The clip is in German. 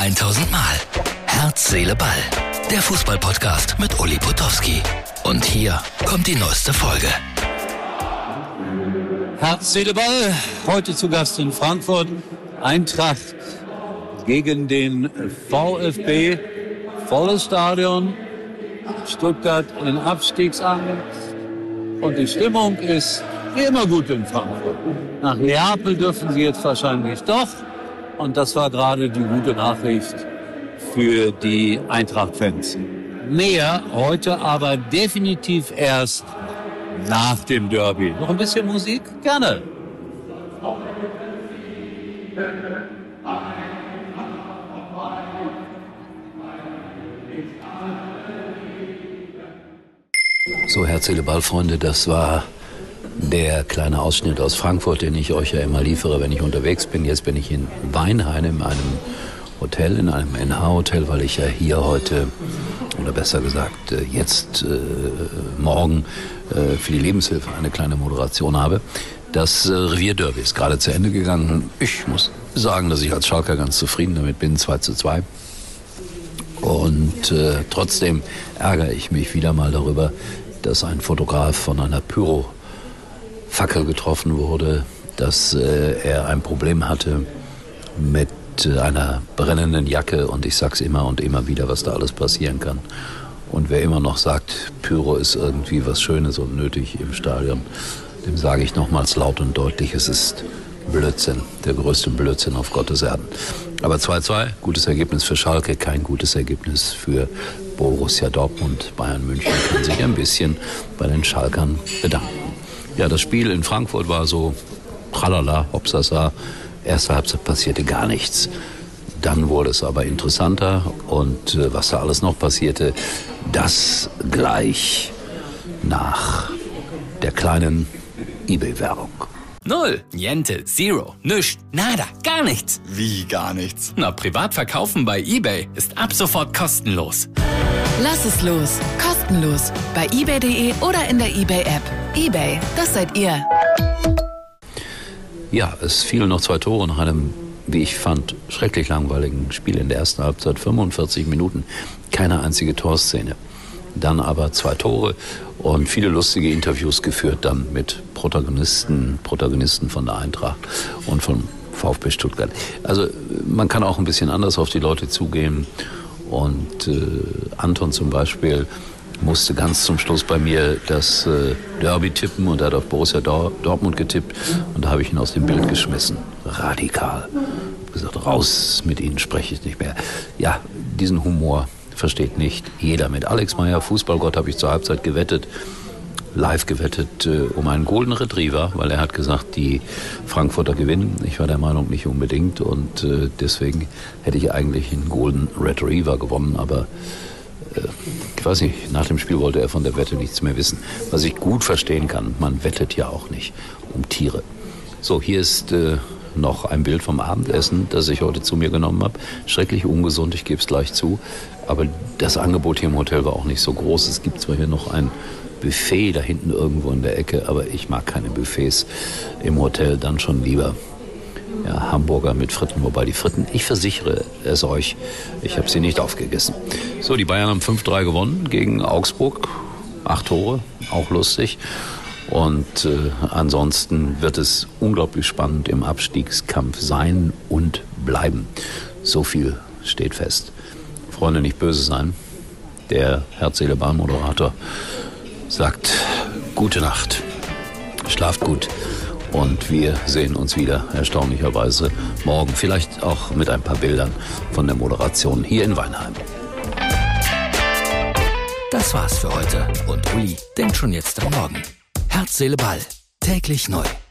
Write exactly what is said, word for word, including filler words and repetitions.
tausend Mal. Herz, Seele, Ball. Der Fußball-Podcast mit Uli Potowski. Und hier kommt die neueste Folge. Herz, Seele, Ball. Heute zu Gast in Frankfurt. Eintracht gegen den VfB. Volles Stadion. Stuttgart in Abstiegsangst. Und die Stimmung ist wie immer gut in Frankfurt. Nach Neapel dürfen sie jetzt wahrscheinlich doch. Und das war gerade die gute Nachricht für die Eintracht-Fans. Mehr heute aber definitiv erst nach dem Derby. Noch ein bisschen Musik? Gerne. So, Herz, Seele, Ball, Freunde, das war der kleine Ausschnitt aus Frankfurt, den ich euch ja immer liefere, wenn ich unterwegs bin. Jetzt bin ich in Weinheim, in einem Hotel, in einem N H-Hotel, weil ich ja hier heute, oder besser gesagt jetzt äh, morgen äh, für die Lebenshilfe eine kleine Moderation habe. Das äh, Revierderby ist gerade zu Ende gegangen. Ich muss sagen, dass ich als Schalker ganz zufrieden damit bin, zwei zu zwei. Und äh, trotzdem ärgere ich mich wieder mal darüber, dass ein Fotograf von einer Pyro Fackel getroffen wurde, dass äh, er ein Problem hatte mit äh, einer brennenden Jacke und ich sag's immer und immer wieder, was da alles passieren kann. Und wer immer noch sagt, Pyro ist irgendwie was Schönes und nötig im Stadion, dem sage ich nochmals laut und deutlich, es ist Blödsinn, der größte Blödsinn auf Gottes Erden. Aber zwei zu zwei, gutes Ergebnis für Schalke, kein gutes Ergebnis für Borussia Dortmund. Bayern München kann sich ein bisschen bei den Schalkern bedanken. Ja, das Spiel in Frankfurt war so tralala, hopsasa. Erste Halbzeit passierte gar nichts. Dann wurde es aber interessanter und äh, was da alles noch passierte, das gleich nach der kleinen eBay-Werbung. Null, Niente, Zero, nüscht, nada, gar nichts. Wie gar nichts? Na, privat verkaufen bei eBay ist ab sofort kostenlos. Lass es los, kostenlos, bei ebay punkt de oder in der eBay-App. eBay, das seid ihr. Ja, es fielen noch zwei Tore nach einem, wie ich fand, schrecklich langweiligen Spiel in der ersten Halbzeit. fünfundvierzig Minuten, keine einzige Torszene. Dann aber zwei Tore und viele lustige Interviews geführt dann mit Protagonisten, Protagonisten von der Eintracht und von VfB Stuttgart. Also man kann auch ein bisschen anders auf die Leute zugehen. Und äh, Anton zum Beispiel musste ganz zum Schluss bei mir das äh, Derby tippen und er hat auf Borussia Dor- Dortmund getippt und da habe ich ihn aus dem Bild geschmissen. Radikal. Ich habe gesagt, raus mit Ihnen spreche ich nicht mehr. Ja, diesen Humor versteht nicht jeder. Mit Alex Meyer, Fußballgott, habe ich zur Halbzeit gewettet, live gewettet äh, um einen Golden Retriever, weil er hat gesagt, die Frankfurter gewinnen. Ich war der Meinung, nicht unbedingt und äh, deswegen hätte ich eigentlich einen Golden Retriever gewonnen, aber äh, ich weiß nicht, nach dem Spiel wollte er von der Wette nichts mehr wissen. Was ich gut verstehen kann, man wettet ja auch nicht um Tiere. So, hier ist äh, noch ein Bild vom Abendessen, das ich heute zu mir genommen habe. Schrecklich ungesund, ich gebe es gleich zu, aber das Angebot hier im Hotel war auch nicht so groß. Es gibt zwar hier noch ein Buffet da hinten irgendwo in der Ecke, aber ich mag keine Buffets im Hotel, dann schon lieber ja, Hamburger mit Fritten, wobei die Fritten, ich versichere es euch, ich habe sie nicht aufgegessen. So, die Bayern haben fünf drei gewonnen gegen Augsburg, acht Tore, auch lustig. Und äh, ansonsten wird es unglaublich spannend im Abstiegskampf sein und bleiben. So viel steht fest. Freunde, nicht böse sein. Der Herz-Seele-Ball-Moderator sagt gute Nacht, schlaft gut und wir sehen uns wieder erstaunlicherweise morgen, vielleicht auch mit ein paar Bildern von der Moderation hier in Weinheim. Das war's für heute und Uli denkt schon jetzt am Morgen. Herz, Seele, Ball. Täglich neu.